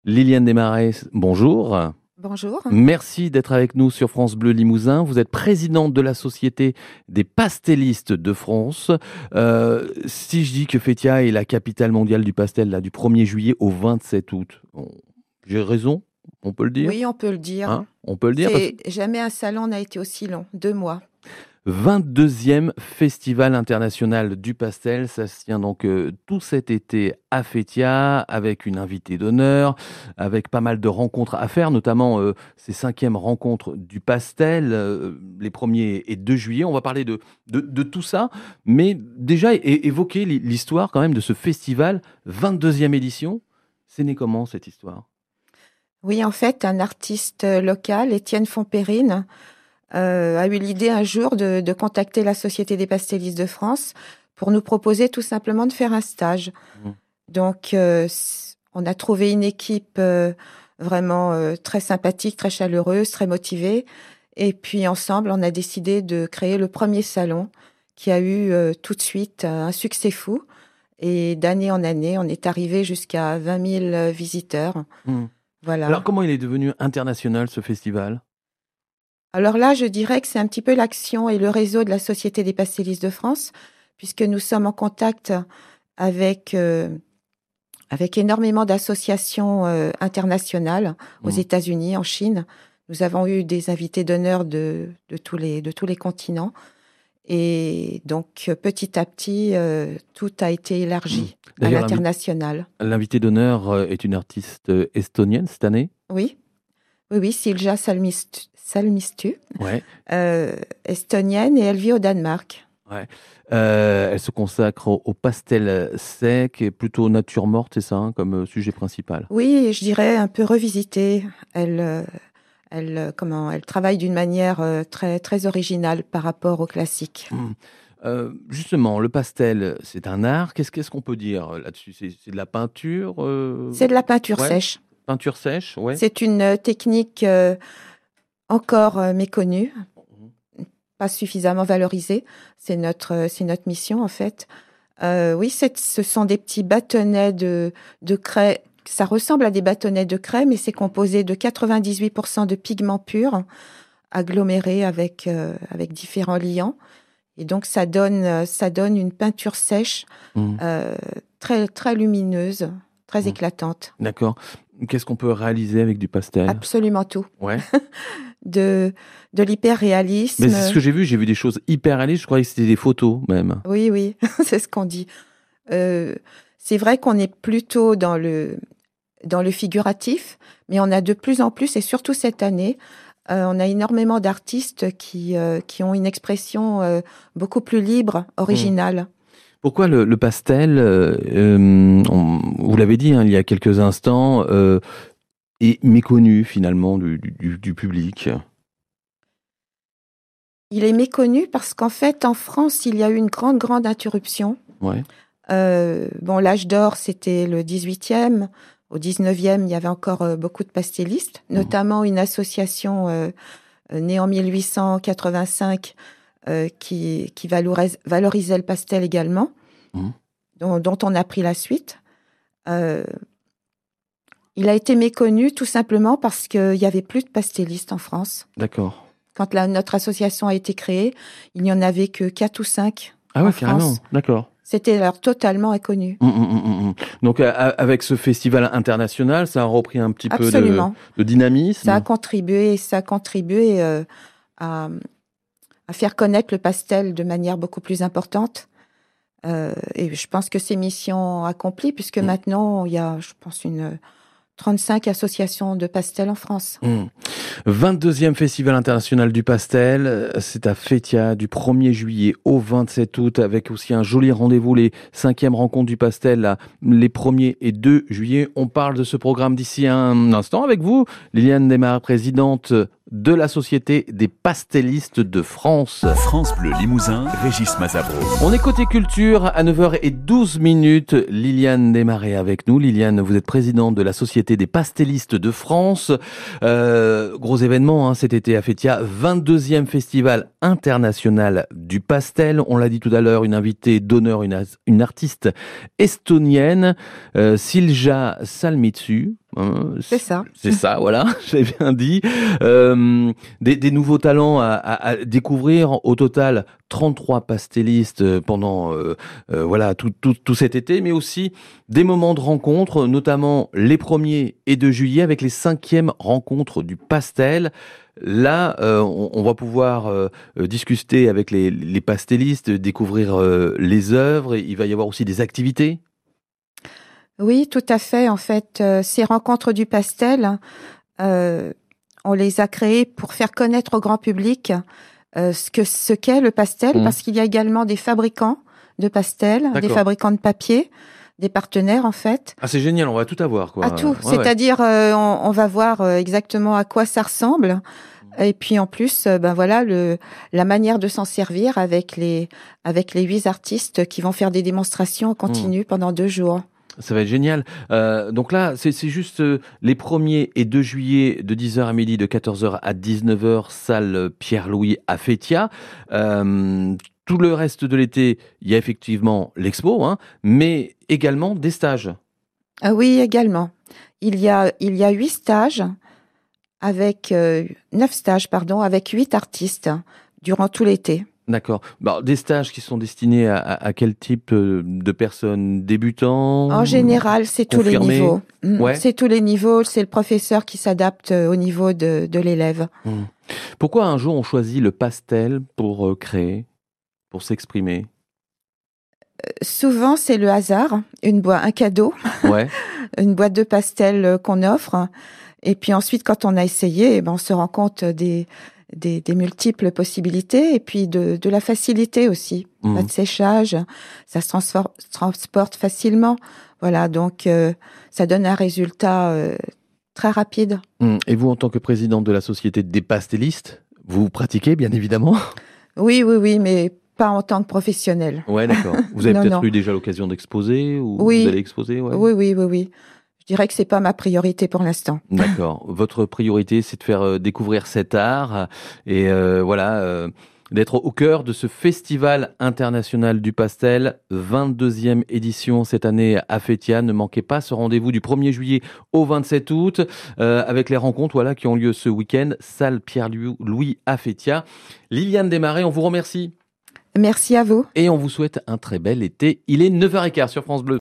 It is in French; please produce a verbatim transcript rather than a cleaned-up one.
Liliane Desmarais, bonjour. Bonjour. Merci d'être avec nous sur France Bleu Limousin. Vous êtes présidente de la Société des pastellistes de France. Euh, si je dis que Fétia est la capitale mondiale du pastel, là, du premier juillet au vingt-sept août, on- j'ai raison? On peut le dire? Oui, on peut le dire. Hein, on peut le dire parce que C'est jamais un salon n'a été aussi long, deux mois. vingt-deuxième Festival international du pastel, ça se tient donc euh, tout cet été à Fétia, avec une invitée d'honneur, avec pas mal de rencontres à faire, notamment euh, ces cinquièmes rencontres du pastel, euh, les premiers et deux juillet. On va parler de, de, de tout ça, mais déjà é- évoquer l'hi- l'histoire quand même de ce festival, vingt-deuxième édition. C'est né comment cette histoire? Oui, en fait, un artiste local, Étienne Fontpérine, euh, a eu l'idée un jour de, de contacter la Société des pastellistes de France pour nous proposer tout simplement de faire un stage. Mmh. Donc, euh, c- on a trouvé une équipe euh, vraiment euh, très sympathique, très chaleureuse, très motivée. Et puis, ensemble, on a décidé de créer le premier salon qui a eu euh, tout de suite euh, un succès fou. Et d'année en année, on est arrivé jusqu'à vingt mille visiteurs. Mmh. Alors Voilà. comment il est devenu international ce festival? Alors là, je dirais que c'est un petit peu l'action et le réseau de la Société des pastellistes de France, puisque nous sommes en contact avec, euh, avec énormément d'associations euh, internationales aux Mmh. États-Unis, en Chine. Nous avons eu des invités d'honneur de, de, tous les, de tous les continents. Et donc, euh, petit à petit, euh, tout a été élargi à D'ailleurs, l'invi- l'international. l'invitée d'honneur euh, est une artiste euh, estonienne cette année. Oui, oui, oui, Silja Salmistu, Salmistu Ouais, euh, estonienne, et elle vit au Danemark. ouais. Euh, elle se consacre au, au pastel sec et plutôt nature morte, c'est ça, hein, comme euh, sujet principal. Oui, je dirais un peu revisitée. Elle, euh, elle, euh, comment, elle travaille d'une manière euh, très, très originale par rapport au classique. Hum. Euh, justement, le pastel, c'est un art. Qu'est-ce qu'est-ce qu'on peut dire euh, là-dessus? C'est c'est de la peinture, euh, C'est de la peinture ouais, sèche. peinture sèche, ouais. C'est une euh, technique euh, encore euh, méconnue, Mhm. pas suffisamment valorisée. C'est notre, euh, c'est notre mission en fait. Euh, oui, c'est, ce sont des petits bâtonnets de, de craie. Ça ressemble à des bâtonnets de craie, mais c'est composé de quatre-vingt-dix-huit pour cent de pigments purs agglomérés avec, euh, avec différents liants. Et donc, ça donne, euh, ça donne une peinture sèche, Hum, euh, très, très lumineuse, très hum. éclatante. D'accord. Qu'est-ce qu'on peut réaliser avec du pastel? Absolument tout. Ouais. De, de Mais l'hyperréalisme. c'est ce que j'ai vu. J'ai vu des choses hyper réalistes. Je croyais que c'était des photos même. Oui, oui, c'est ce qu'on dit. Euh, c'est vrai qu'on est plutôt dans le, dans le figuratif, mais on a de plus en plus, et surtout cette année, euh, on a énormément d'artistes qui, euh, qui ont une expression euh, beaucoup plus libre, Hum. originale. Pourquoi le, le pastel, euh, euh, on- vous l'avez dit hein, il y a quelques instants, euh, est méconnu finalement du, du- du public? Il est méconnu parce qu'en fait, en France, il y a eu une grande, grande interruption. Ouais. Euh, bon, l'âge d'or, c'était le dix-huitième. Au dix-neuvième, il y avait encore euh, beaucoup de pastellistes, Mhm. notamment une association euh, euh, née en mille huit cent quatre-vingt-cinq euh, qui, qui valoris- valorisait le pastel également, Mhm. dont, dont on a pris la suite. Euh, il a été méconnu tout simplement parce qu'il n'y avait plus de pastellistes en France. D'accord. Quand la- notre association a été créée, il n'y en avait que quatre ou cinq Ah en ouais, carrément. France. D'accord. C'était alors totalement inconnu. Mm, mm, mm, mm. Donc a- a- avec ce festival international, ça a repris un petit peu de, Absolument. de Ça a dynamisme. contribué, ça a contribué euh, à, à faire connaître le pastel de manière beaucoup plus importante. Euh, et je pense que c'est mission accomplie, puisque Mm. maintenant, il y a, je pense, une trente-cinq associations de pastel en France. Mm. vingt-deuxième Festival international du pastel, euh, c'est à Fétia du premier juillet au vingt-sept août, avec aussi un joli rendez-vous, les cinquièmes rencontres du pastel, là, les premiers et deux juillet. On parle de ce programme d'ici un instant avec vous, Liliane Desmarais, présidente de la Société des pastellistes de France. France Bleu Limousin, Régis Mazabro. On est côté culture à neuf heures douze minutes. Liliane Desmarais avec nous. Liliane, vous êtes présidente de la Société des pastellistes de France. Euh, gros événement hein, cet été à Fétia, vingt-deuxième Festival international du pastel. On l'a dit tout à l'heure, une invitée d'honneur, une, as- une artiste estonienne, euh, Silja Salmitsu. Euh, C'est ça. C'est ça, voilà, j'ai bien dit. Euh, des, des nouveaux talents à, à, à découvrir. Au total, trente-trois pastellistes pendant euh, euh, voilà tout, tout, tout cet été, mais aussi des moments de rencontre, notamment les premiers et deux juillet avec les cinquièmes rencontres du pastel. Là, euh, on, on va pouvoir euh, discuter avec les, les pastellistes, découvrir euh, les œuvres. Il va y avoir aussi des activités. Oui, tout à fait. En fait, euh, ces rencontres du pastel, euh, on les a créées pour faire connaître au grand public euh, ce que ce qu'est le pastel, Mmh. parce qu'il y a également des fabricants de pastel, des D'accord. fabricants de papier, des partenaires en fait. Ah, c'est génial, on va tout avoir, quoi. À tout. Ouais, ouais. C'est-à-dire, euh, on, on va voir euh, exactement à quoi ça ressemble. Et puis en plus, euh, ben voilà, le, la manière de s'en servir avec les avec les huit artistes qui vont faire des démonstrations en continu pendant deux jours. Ça va être génial. Euh, donc là, c'est c'est juste euh, les premiers et deux juillet de dix heures à midi, de quatorze heures à dix-neuf heures, salle Pierre-Louis à Fétia. Euh, tout le reste de l'été, il y a effectivement l'expo, hein, mais également des stages. Ah oui, également. Il y a il y a huit stages avec euh, neuf stages pardon avec huit artistes durant tout l'été. D'accord. Bah, des stages qui sont destinés à, à, à quel type euh, de personnes? Débutants? En général, c'est tous les confirmés? niveaux. Mm, Ouais. C'est tous les niveaux. C'est le professeur qui s'adapte euh, au niveau de, de l'élève. Mmh. Pourquoi un jour on choisit le pastel pour euh, créer, pour s'exprimer? Souvent, c'est le hasard, une boîte, un cadeau, Ouais. une boîte de pastel euh, qu'on offre. Et puis ensuite, quand on a essayé, eh ben, on se rend compte des, des, des multiples possibilités et puis de, de la facilité aussi. Mmh. Pas de séchage, ça se transfor- transporte facilement. Voilà, donc euh, ça donne un résultat euh, très rapide. Mmh. Et vous, en tant que présidente de la Société des pastellistes, vous pratiquez, bien évidemment? Oui, oui, oui, mais pas en tant que professionnel. Ouais, d'accord. Vous avez Non, peut-être non. eu déjà l'occasion d'exposer ou Oui. vous allez exposer, ouais. Oui, oui, oui, oui. Je dirais que c'est pas ma priorité pour l'instant. D'accord. Votre priorité, c'est de faire euh, découvrir cet art et euh, voilà, euh, d'être au cœur de ce festival international du pastel, vingt-deuxième édition cette année à Fétia. Ne manquez pas ce rendez-vous du premier juillet au vingt-sept août euh, avec les rencontres voilà, qui ont lieu ce week-end, salle Pierre-Louis à Fétia. Liliane Desmarais, on vous remercie Merci à vous. et on vous souhaite un très bel été. Il est neuf heures quinze sur France Bleu.